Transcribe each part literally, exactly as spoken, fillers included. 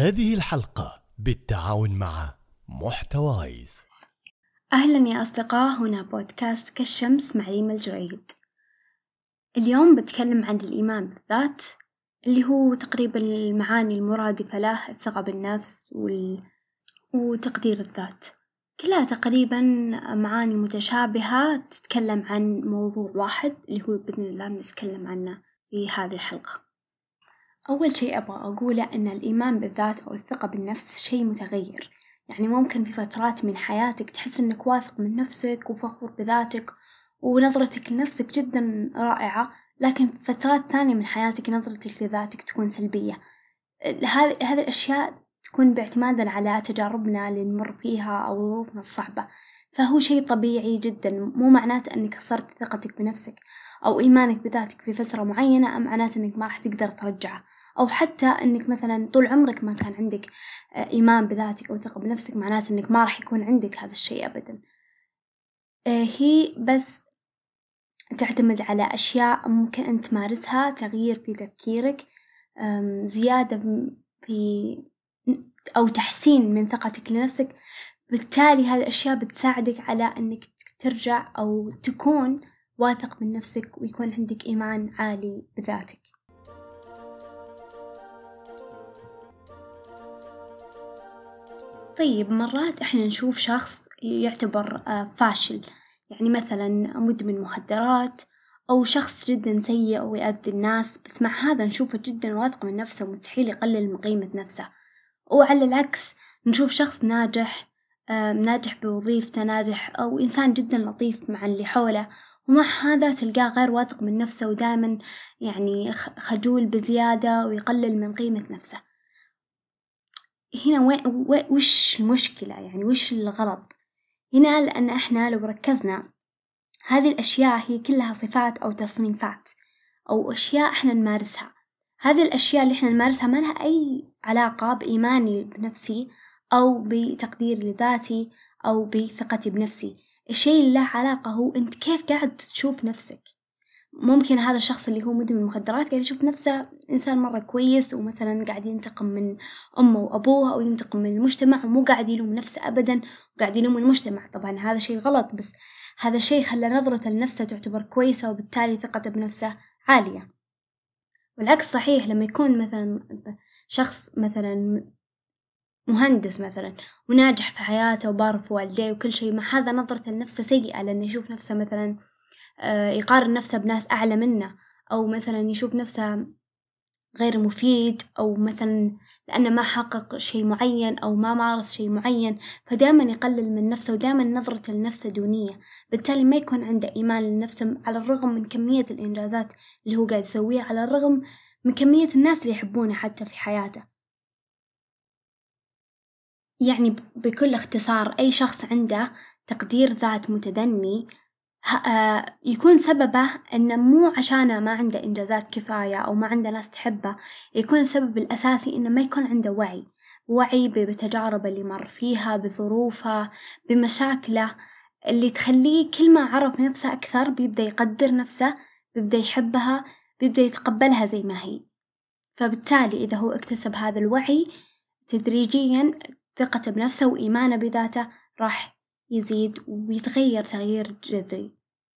هذه الحلقة بالتعاون مع محتوايز. أهلا يا أصدقاء، هنا بودكاست كالشمس مع ريم الجريد. اليوم بتكلم عن الإيمان بالذات، اللي هو تقريبا المعاني المرادفة له الثقة بالنفس وال... وتقدير الذات، كلها تقريبا معاني متشابهة تتكلم عن موضوع واحد اللي هو بإذن الله نتكلم عنه في هذه الحلقة. أول شيء أبغى أقوله أن الإيمان بالذات أو الثقة بالنفس شيء متغير، يعني ممكن في فترات من حياتك تحس أنك واثق من نفسك وفخور بذاتك ونظرتك لنفسك جدا رائعة، لكن في فترات ثانية من حياتك نظرتك لذاتك تكون سلبية. هذه هذه الأشياء تكون باعتمادا على تجاربنا اللي نمر فيها أو ظروفنا الصعبة، فهو شيء طبيعي جدا. مو معناته أنك خسرت ثقتك بنفسك أو إيمانك بذاتك في فترة معينة معناته أنك ما راح تقدر ترجعه، أو حتى أنك مثلا طول عمرك ما كان عندك إيمان بذاتك أو ثقة بنفسك معناته أنك ما راح يكون عندك هذا الشيء أبدا. هي بس تعتمد على أشياء ممكن أن تمارسها، تغيير في تفكيرك، زيادة في أو تحسين من ثقتك لنفسك. بالتالي هذه الأشياء بتساعدك على أنك ترجع أو تكون واثق من نفسك ويكون عندك إيمان عالي بذاتك. طيب، مرات إحنا نشوف شخص يعتبر فاشل، يعني مثلا مدمن مخدرات أو شخص جدا سيء أو يؤذي الناس، بس مع هذا نشوفه جدا واثق من نفسه ومستحيل يقلل من قيمة نفسه. وعلى العكس نشوف شخص ناجح ناجح بوظيفته، ناجح أو إنسان جدا لطيف مع اللي حوله، ومع هذا تلقاه غير واثق من نفسه ودائما يعني خجول بزيادة ويقلل من قيمة نفسه. هنا وين وش المشكلة؟ يعني وش الغلط هنا؟ لأن إحنا لو ركزنا هذه الأشياء هي كلها صفات أو تصنيفات أو أشياء إحنا نمارسها. هذه الأشياء اللي إحنا نمارسها ما لها أي علاقة بإيماني بنفسي أو بتقدير لذاتي أو بثقتي بنفسي. الشيء اللي له علاقة هو أنت كيف قاعد تشوف نفسك. ممكن هذا الشخص اللي هو مدمن المخدرات قاعد يشوف نفسه إنسان مرة كويس ومثلا قاعد ينتقم من أمه وأبوه أو ينتقم من المجتمع، ومو قاعد يلوم نفسه أبدا وقاعد يلوم المجتمع. طبعا هذا شيء غلط، بس هذا شيء خلى نظرته لنفسه تعتبر كويسة وبالتالي ثقته بنفسه عالية. والعكس صحيح، لما يكون مثلا شخص مثلا مهندس مثلا وناجح في حياته وبار في والديه وكل شيء، مع هذا نظرته لنفسه سيئة لأنه يشوف نفسه مثلا يقارن نفسه بناس أعلى منه، أو مثلا يشوف نفسه غير مفيد، أو مثلا لأنه ما حقق شيء معين أو ما مارس شيء معين، فدائما يقلل من نفسه ودائما نظرته لنفسه دونية. بالتالي ما يكون عنده إيمان لنفسه على الرغم من كمية الإنجازات اللي هو قاعد يسويها، على الرغم من كمية الناس اللي يحبونه حتى في حياته. يعني بكل اختصار أي شخص عنده تقدير ذات متدني يكون سببه إنه مو عشانه ما عنده إنجازات كفاية أو ما عنده ناس تحبه، يكون السبب الأساسي إنه ما يكون عنده وعي وعي بتجارب اللي مر فيها، بظروفه، بمشاكله، اللي تخليه كل ما عرف نفسه أكثر بيبدأ يقدر نفسه، بيبدأ يحبها، بيبدأ يتقبلها زي ما هي. فبالتالي إذا هو اكتسب هذا الوعي تدريجياً ثقته بنفسه وإيمانه بذاته راح يزيد ويتغير تغيير جذري.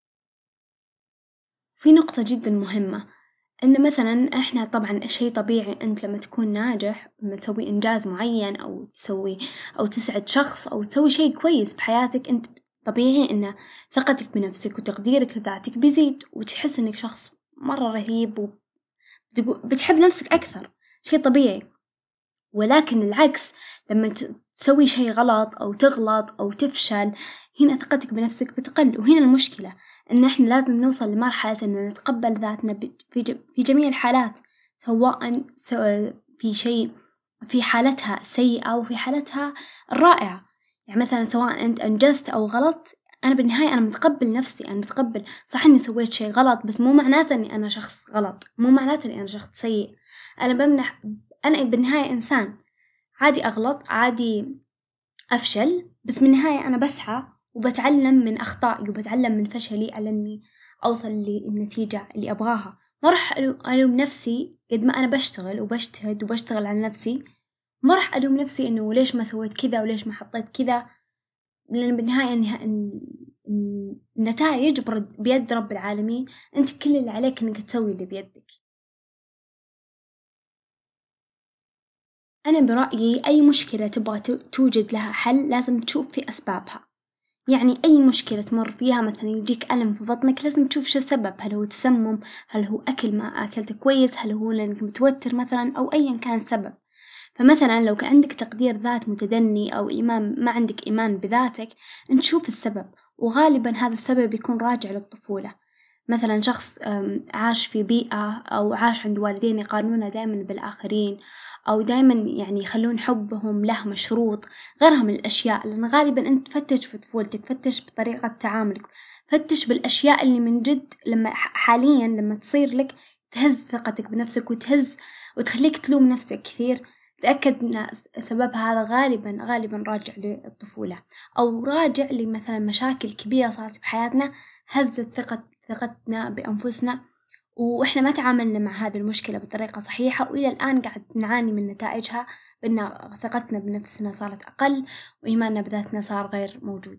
في نقطة جدا مهمة، إن مثلا إحنا طبعا شيء طبيعي أنت لما تكون ناجح، لما تسوي إنجاز معين أو تسوي أو تسعد شخص أو تسوي شيء كويس بحياتك، أنت طبيعي إن ثقتك بنفسك وتقديرك لذاتك بيزيد وتحس إنك شخص مرة رهيب وبتحب نفسك أكثر، شيء طبيعي. ولكن العكس، لما تسوي شيء غلط أو تغلط أو تفشل، هنا ثقتك بنفسك بتقل. وهنا المشكلة، إن إحنا لازم نوصل لمرحلة إن نتقبل ذاتنا في جميع الحالات، سواء في شيء في حالتها السيئة وفي حالتها الرائعة. يعني مثلا سواء أنت أنجزت أو غلط، أنا بالنهاية أنا متقبل نفسي، أنا متقبل صح إني سويت شيء غلط، بس مو معناته إني أنا شخص غلط، مو معناته إني أنا شخص سيء. أنا بمنح أنا بالنهاية إنسان عادي أغلط، عادي أفشل، بس بالنهاية أنا بسعى وبتعلم من أخطائي وبتعلم من فشلي على أني أوصل للنتيجة اللي أبغاها. ما راح ألوم نفسي قد ما أنا بشتغل وبجتهد وبشتغل على نفسي ما راح ألوم نفسي إنه ليش ما سويت كذا وليش ما حطيت كذا، لأن بالنهاية النتائج بيد رب العالمين، أنت كل اللي عليك إنك تسوي اللي بيدك. أنا برأيي أي مشكلة تبغى توجد لها حل لازم تشوف في أسبابها. يعني أي مشكلة تمر فيها، مثلا يجيك ألم في بطنك، لازم تشوف شو السبب، هل هو تسمم، هل هو أكل ما أكلت كويس، هل هو لأنك متوتر مثلا، أو أيا كان السبب. فمثلا لو كان عندك تقدير ذات متدني أو إيمان، ما عندك إيمان بذاتك، نشوف السبب، وغالبا هذا السبب يكون راجع للطفولة. مثلا شخص عاش في بيئة أو عاش عند والدين يقارنونه دائما بالآخرين، أو دائما يعني يخلون حبهم له مشروط، غيرها من الأشياء. لأن غالبا أنت فتش في طفولتك، فتش بطريقة تعاملك، فتش بالأشياء اللي من جد لما حاليا لما تصير لك تهز ثقتك بنفسك وتهز وتخليك تلوم نفسك كثير. تأكد أن سبب هذا غالبا غالبا راجع للطفولة، أو راجع لمثلا مشاكل كبيرة صارت بحياتنا هزت ثقة ثقتنا بأنفسنا، وإحنا ما تعاملنا مع هذه المشكلة بطريقة صحيحة، وإلى الآن قاعد نعاني من نتائجها، بأن ثقتنا بنفسنا صارت أقل وإيماننا بذاتنا صار غير موجود.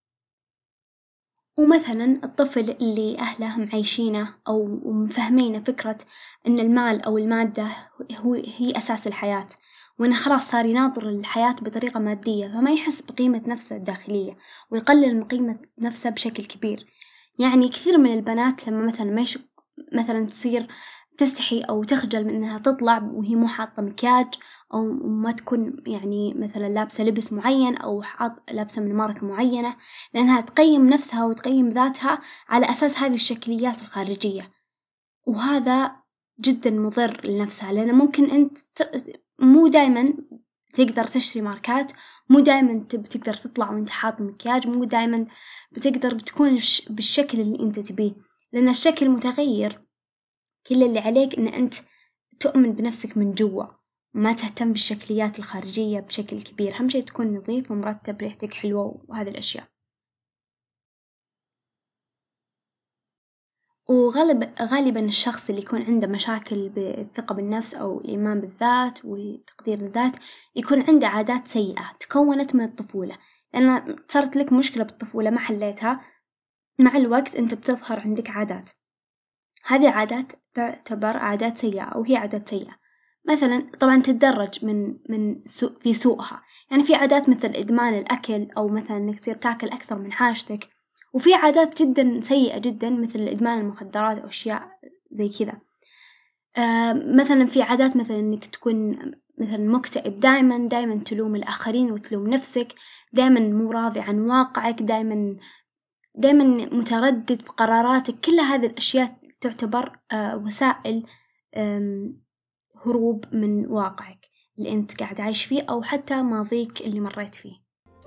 ومثلا الطفل اللي أهله معيشينه أو مفهمينه فكرة أن المال أو المادة هو هي أساس الحياة، وأنه خلاص صار يناظر الحياة بطريقة مادية، فما يحس بقيمة نفسه الداخلية، ويقلل من قيمة نفسه بشكل كبير. يعني كثير من البنات لما مثلا ما يشوف مثلا تصير تستحي أو تخجل من أنها تطلع وهي مو حاطة مكياج، أو ما تكون يعني مثلا لابسة لبس معين، أو حاط لابسة من ماركة معينة، لأنها تقيم نفسها وتقيم ذاتها على أساس هذه الشكليات الخارجية. وهذا جدا مضر لنفسها، لأن ممكن أنت مو دايما تقدر تشتري ماركات، مو دايما بتقدر تطلع وانت حاط مكياج، مو دايما بتقدر بتكون بالشكل اللي انت تبيه، لأن الشكل متغير. كل اللي عليك ان انت تؤمن بنفسك من جوا، ما تهتم بالشكليات الخارجية بشكل كبير. أهم شيء تكون نظيف ومرتب، ريحتك حلوة، وهذه الأشياء. وغالب غالبا الشخص اللي يكون عنده مشاكل بالثقة بالنفس أو الإيمان بالذات وتقدير الذات يكون عنده عادات سيئة تكونت من الطفولة، لأن صارت لك مشكلة بالطفولة ما حليتها، مع الوقت أنت بتظهر عندك عادات. هذه عادات تعتبر عادات سيئة، وهي عادات سيئة مثلا طبعا تتدرج من من سوء في سوءها. يعني في عادات مثل إدمان الأكل، أو مثلا إنك تصير تاكل أكثر من حاجتك، وفي عادات جدا سيئة جدا مثل إدمان المخدرات أو أشياء زي كذا. آه مثلا في عادات مثلا إنك تكون مثلا مكتئب، دائما دائما تلوم الآخرين وتلوم نفسك، دائما مو راضي عن واقعك، دائما دائما متردد في قراراتك. كل هذه الأشياء تعتبر آه وسائل هروب من واقعك اللي أنت قاعد عايش فيه، أو حتى ماضيك اللي مريت فيه.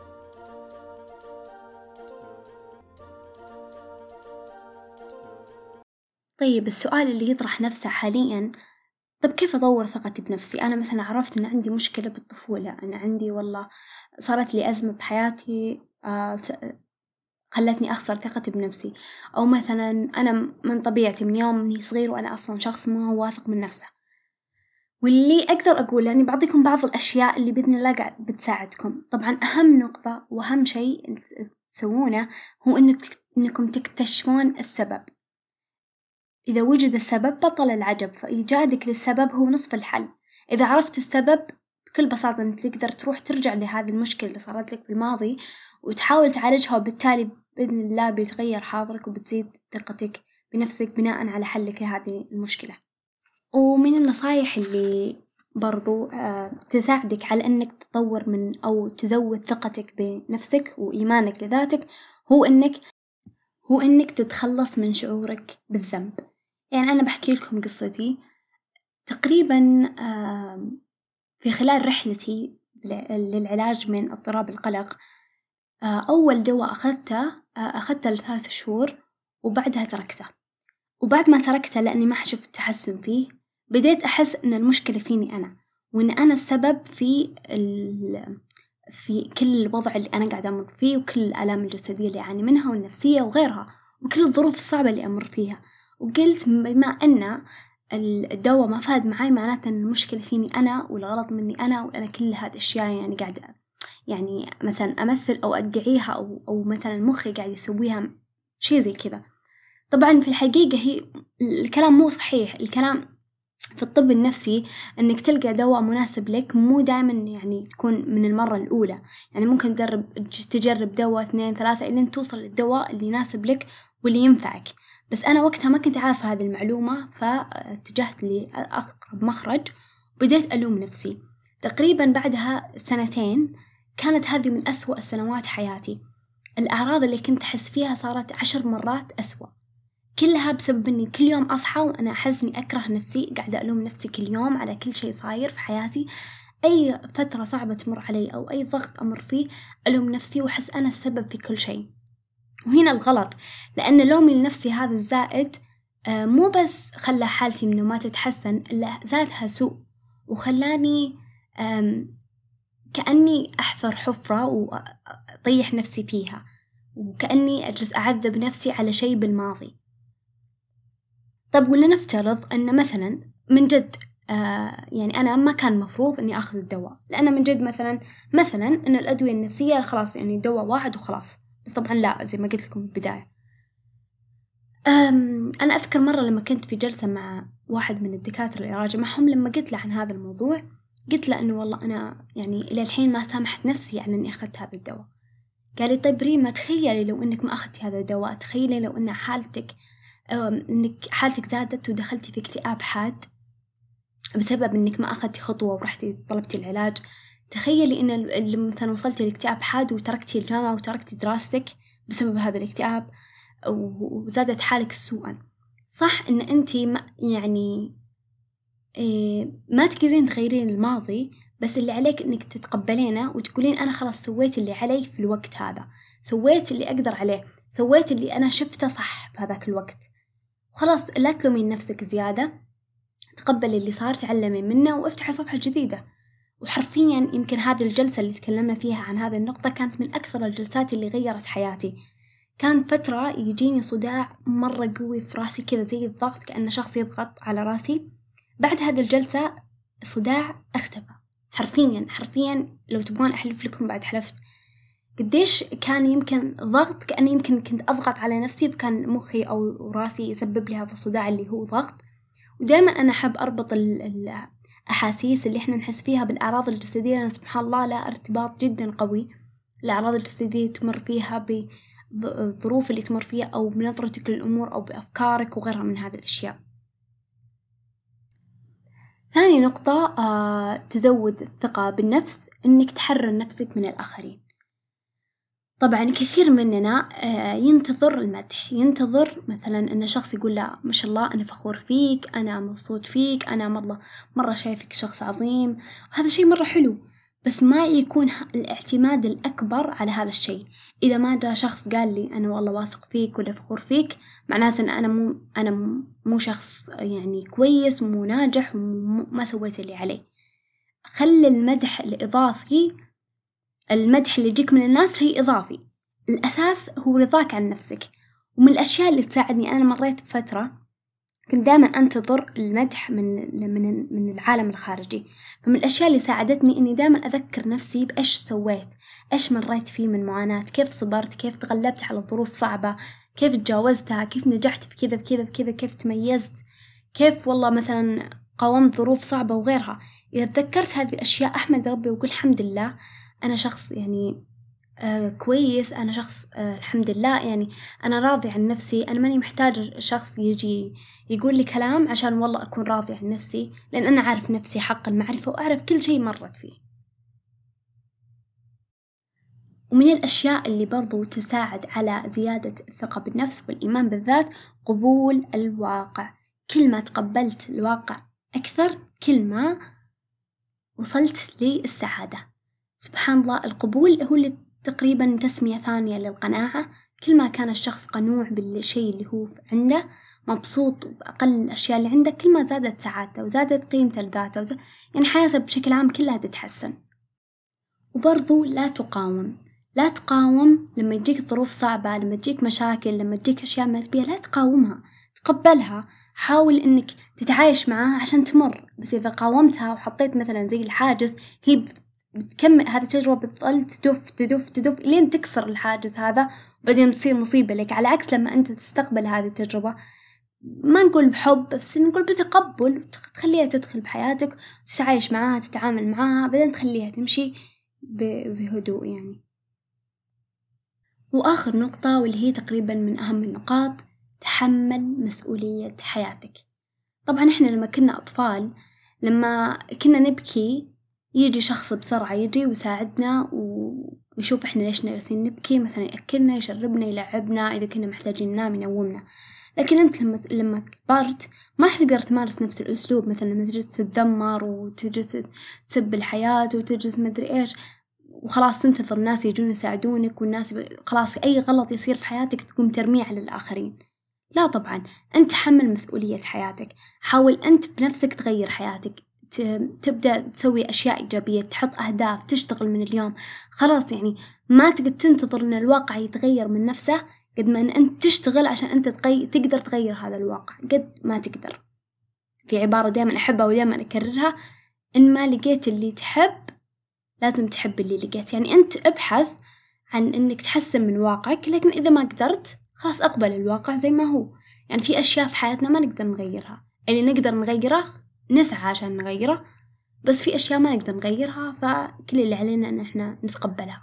طيب السؤال اللي يطرح نفسه حاليا، طب كيف أطور ثقتي بنفسي؟ أنا مثلا عرفت أن عندي مشكلة بالطفولة، أنا عندي والله صارت لي أزمة بحياتي آه خلتني أخسر ثقتي بنفسي، أو مثلا أنا من طبيعتي من يوم أني صغير وأنا أصلا شخص ما هو واثق من نفسه. واللي أقدر أقول لأني بعطيكم بعض الأشياء اللي بإذن الله قاعد بتساعدكم. طبعا أهم نقطة وأهم شيء تسوونه هو إنك إنكم تكتشفون السبب. إذا وجد السبب بطل العجب، فإيجادك للسبب هو نصف الحل. إذا عرفت السبب بكل بساطة أنت تقدر تروح ترجع لهذه المشكلة اللي صارت لك في الماضي وتحاول تعالجها، وبالتالي بإذن الله بيتغير حاضرك وبتزيد ثقتك بنفسك بناء على حلك لهذه المشكلة. ومن النصايح اللي برضو آه تساعدك على أنك تطور من أو تزود ثقتك بنفسك وإيمانك لذاتك هو أنك هو أنك تتخلص من شعورك بالذنب. يعني أنا بحكي لكم قصتي. تقريبا آه في خلال رحلتي للعلاج من اضطراب القلق، آه أول دواء أخذته آه أخذته لثلاث شهور وبعدها تركته. وبعد ما تركته لأني ما شفت تحسن فيه، بديت أحس أن المشكلة فيني أنا، وأن أنا السبب في في كل الوضع اللي أنا قاعدة أمر فيه، وكل الآلام الجسدية اللي أعاني منها والنفسية وغيرها، وكل الظروف الصعبة اللي أمر فيها. وقلت بما أن الدواء ما فاد معاي معناته أن المشكلة فيني أنا والغلط مني أنا، وأنا كل هذه الأشياء يعني قاعدة يعني مثلا أمثل أو أدعيها أو أو مثلا مخي قاعد يسويها شيء زي كذا. طبعا في الحقيقة هي الكلام مو صحيح. الكلام في الطب النفسي أنك تلقى دواء مناسب لك مو دائما يعني تكون من المرة الأولى، يعني ممكن تجرب تجرب دواء اثنين ثلاثة إلين توصل للدواء اللي يناسب لك واللي ينفعك. بس أنا وقتها ما كنت عارفة هذه المعلومة، فاتجهت لأقرب مخرج وبديت ألوم نفسي. تقريبا بعدها سنتين كانت هذه من أسوأ سنوات حياتي. الأعراض اللي كنت أحس فيها صارت عشر مرات أسوأ، كلها بسبب إني كل يوم أصحى وأنا أحس إني أكره نفسي، قاعدة ألوم نفسي كل يوم على كل شيء صاير في حياتي. أي فترة صعبة تمر علي أو أي ضغط أمر فيه ألوم نفسي وأحس أنا السبب في كل شيء. وهنا الغلط، لأن لومي لنفسي هذا الزائد مو بس خلى حالتي منه ما تتحسن، إلا زادها سوء وخلاني كأني أحفر حفرة وأطيح نفسي فيها، وكأني أجلس أعذب نفسي على شيء بالماضي. طب ولا نفترض أن مثلا من جد آه يعني أنا ما كان مفروض أني أخذ الدواء، لأن من جد مثلا مثلا أن الأدوية النفسية خلاص يعني دواء واحد وخلاص. بس طبعا لا، زي ما قلت لكم في البداية. أنا أذكر مرة لما كنت في جلسة مع واحد من الدكاترة اللي راجع معهم، لما قلت له عن هذا الموضوع قلت له أنه والله أنا يعني إلى الحين ما سامحت نفسي على أني أخذت هذا الدواء. قال لي طيب ريما، تخيلي لو أنك ما أخذتي هذا الدواء، تخيلي لو أن حالتك أنك حالتك زادت ودخلتي في اكتئاب حاد بسبب أنك ما أخذتي خطوة ورحتي طلبتي العلاج. تخيلي أن مثلا وصلتي لاكتئاب حاد وتركتي الجامعة وتركتي دراستك بسبب هذا الاكتئاب وزادت حالك سوءا. صح أن أنتي ما يعني إيه ما تقدرين تغيرين الماضي، بس اللي عليك أنك تتقبلينه وتقولين أنا خلاص سويت اللي علي في الوقت هذا، سويت اللي أقدر عليه، سويت اللي أنا شفته صح في هذاك الوقت، خلاص لا تلومين نفسك زيادة. تقبلي اللي صار، تعلمي منه وافتحي صفحة جديدة. وحرفيا يمكن هذه الجلسة اللي تكلمنا فيها عن هذه النقطة كانت من أكثر الجلسات اللي غيرت حياتي. كان فترة يجيني صداع مرة قوي في راسي كذا زي الضغط، كأن شخص يضغط على راسي. بعد هذه الجلسة الصداع اختفى حرفيا حرفيا. لو تبغون أحلف لكم بعد حلفت قديش كان يمكن ضغط، كأني يمكن كنت أضغط على نفسي، فكان مخي أو راسي يسبب لي هذا الصداع اللي هو ضغط. ودائما أنا أحب أربط الأحاسيس اللي إحنا نحس فيها بالأعراض الجسدية، لأن سبحان الله لا ارتباط جدا قوي. الأعراض الجسدية تمر فيها بالظروف اللي تمر فيها أو بنظرتك للأمور أو بأفكارك وغيرها من هذه الأشياء. ثاني نقطة آه، تزود الثقة بالنفس، إنك تحرر نفسك من الآخرين. طبعا كثير مننا آه، ينتظر المدح، ينتظر مثلا أن شخص يقول لا ما شاء الله أنا فخور فيك، أنا مبسوط فيك، أنا مرة مرة شايفك شخص عظيم. هذا شيء مرة حلو، بس ما يكون الاعتماد الأكبر على هذا الشيء. إذا ما جاء شخص قال لي أنا والله واثق فيك ولا فخور فيك، معناته أن أنا مو أنا مو شخص يعني كويس ومو ناجح وما سويت اللي عليه. خلي المدح الإضافي، المدح اللي يجيك من الناس شيء إضافي، الأساس هو رضاك عن نفسك. ومن الأشياء اللي تساعدني، أنا مريت بفترة كنت دائما أنتظر المدح من من من العالم الخارجي، فمن الأشياء اللي ساعدتني إني دائما أذكر نفسي بإيش سويت، إيش مريت فيه من معاناة، كيف صبرت، كيف تغلبت على ظروف صعبة، كيف تجاوزتها، كيف نجحت في كذا بكذا بكذا، كيف تميزت، كيف والله مثلا قاومت ظروف صعبة وغيرها. إذا تذكرت هذه الأشياء أحمد ربي وقول الحمد لله أنا شخص يعني آه كويس، أنا شخص آه الحمد لله يعني أنا راضي عن نفسي. أنا ماني محتاج شخص يجي يقول لي كلام عشان والله أكون راضي عن نفسي، لأن أنا عارف نفسي حق المعرفة وأعرف كل شيء مرت فيه. ومن الأشياء اللي برضو تساعد على زيادة الثقة بالنفس والإيمان بالذات قبول الواقع. كل ما تقبلت الواقع أكثر كل ما وصلت للسعادة. سبحان الله، القبول هو اللي تقريبا تسمية ثانية للقناعة. كل ما كان الشخص قنوع بالشيء اللي هو عنده، مبسوط بأقل الأشياء اللي عنده، كل ما زادت سعادته وزادت قيمته لذاته وزاد... يعني حياته بشكل عام كلها تتحسن. وبرضو لا تقاوم، لا تقاوم لما تجيك ظروف صعبة، لما تجيك مشاكل، لما تجيك أشياء ما تبيها لا تقاومها، تقبلها. حاول إنك تتعايش معاها عشان تمر. بس إذا قاومتها وحطيت مثلا زي الحاجز، هي بتكمل هذه التجربة، بتظل تدف تدف تدف لين تكسر الحاجز هذا، وبعدين تصير مصيبة لك. على عكس لما أنت تستقبل هذه التجربة، ما نقول بحب بس نقول بتقبل، تخليها تدخل بحياتك، تتعايش معاها، تتعامل معاها، بعدين تخليها تمشي بهدوء يعني. وآخر نقطة واللي هي تقريبا من أهم النقاط، تحمل مسؤولية حياتك. طبعا إحنا لما كنا أطفال، لما كنا نبكي يجي شخص بسرعة يجي ويساعدنا ويشوف إحنا ليش جالسين نبكي، مثلا يأكلنا، يشربنا، يلعبنا، إذا كنا محتاجين ننام ينومنا. لكن أنت لما لما كبرت ما راح تقدر تمارس نفس الأسلوب، مثلا لما تجلس تتذمر وتجلس تسب الحياة وتجلس مدري إيش وخلاص تنتظر الناس يجون يساعدونك، والناس خلاص أي غلط يصير في حياتك تقوم ترميه على الآخرين. لا طبعا، أنت تحمل مسؤولية حياتك. حاول أنت بنفسك تغير حياتك، تبدأ تسوي أشياء إيجابية، تحط أهداف، تشتغل من اليوم. خلاص يعني ما تقدر تنتظر أن الواقع يتغير من نفسه، قد ما أن أنت تشتغل عشان أنت تغير، تقدر تغير هذا الواقع قد ما تقدر. في عبارة دائما أحبها ودائما أكررها، إن ما لقيت اللي تحب لازم تحب اللي لقيت. يعني أنت ابحث عن أنك تحسن من واقعك، لكن إذا ما قدرت خلاص أقبل الواقع زي ما هو. يعني في أشياء في حياتنا ما نقدر نغيرها، اللي نقدر نغيره نسعى عشان نغيره، بس في أشياء ما نقدر نغيرها، فكل اللي علينا أن احنا نتقبلها.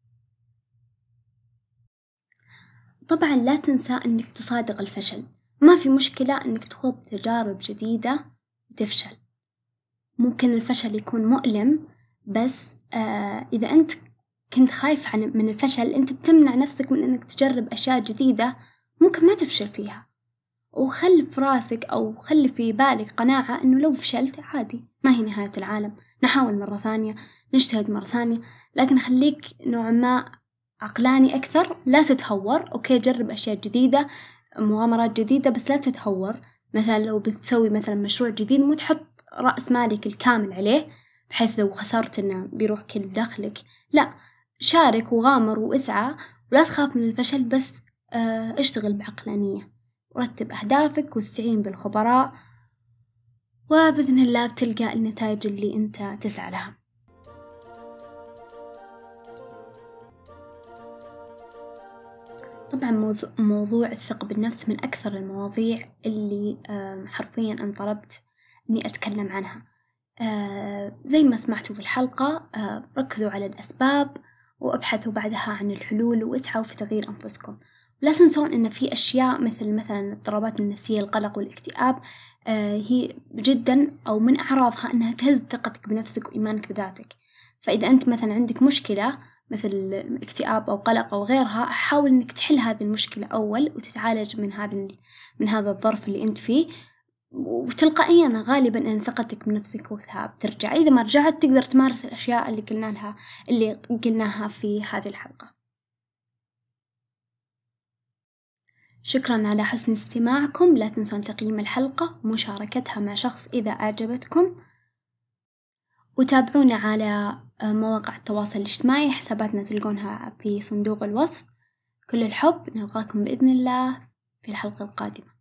طبعا لا تنسى أنك تصادق الفشل. ما في مشكلة أنك تخوض تجارب جديدة وتفشل. ممكن الفشل يكون مؤلم، بس آه إذا أنت كنت خايف عن من الفشل، أنت بتمنع نفسك من أنك تجرب أشياء جديدة ممكن ما تفشل فيها. وخلي في راسك أو خلي في بالك قناعة أنه لو فشلت عادي، ما هي نهاية العالم، نحاول مرة ثانية، نجتهد مرة ثانية. لكن خليك نوعا ما عقلاني أكثر، لا تتهور. أوكي، جرب أشياء جديدة، مغامرات جديدة، بس لا تتهور. مثلا لو بتسوي مثلا مشروع جديد، مو تحط رأس مالك الكامل عليه بحيث لو خسرت إنه بيروح كل دخلك. لا، شارك وغامر واسعى، ولا تخاف من الفشل، بس اه اشتغل بعقلانية، ورتب أهدافك واستعين بالخبراء، وبإذن الله بتلقى النتائج اللي أنت تسعى لها. طبعا موضوع, موضوع الثقة بالنفس من أكثر المواضيع اللي حرفيا أنا طلبت أني أتكلم عنها. زي ما سمعتوا في الحلقة، ركزوا على الأسباب وابحثوا بعدها عن الحلول، واسعوا في تغيير أنفسكم. لا تنسون أن في أشياء مثل مثلا الاضطرابات النفسية، القلق والاكتئاب، هي جدا أو من أعراضها أنها تهز ثقتك بنفسك وإيمانك بذاتك. فإذا أنت مثلا عندك مشكلة مثل اكتئاب أو قلق أو غيرها، حاول إنك تحل هذه المشكلة أول وتتعالج من هذا من هذا الظرف اللي أنت فيه، وتلقائيا غالبا أن ثقتك بنفسك وقتها بترجع. إذا ما رجعت تقدر تمارس الأشياء اللي قلنا لها اللي قلناها في هذه الحلقة. شكرا على حسن استماعكم. لا تنسون تقييم الحلقة ومشاركتها مع شخص إذا أعجبتكم، وتابعونا على مواقع التواصل الاجتماعي، حساباتنا تلقونها في صندوق الوصف. كل الحب، نلقاكم بإذن الله في الحلقة القادمة.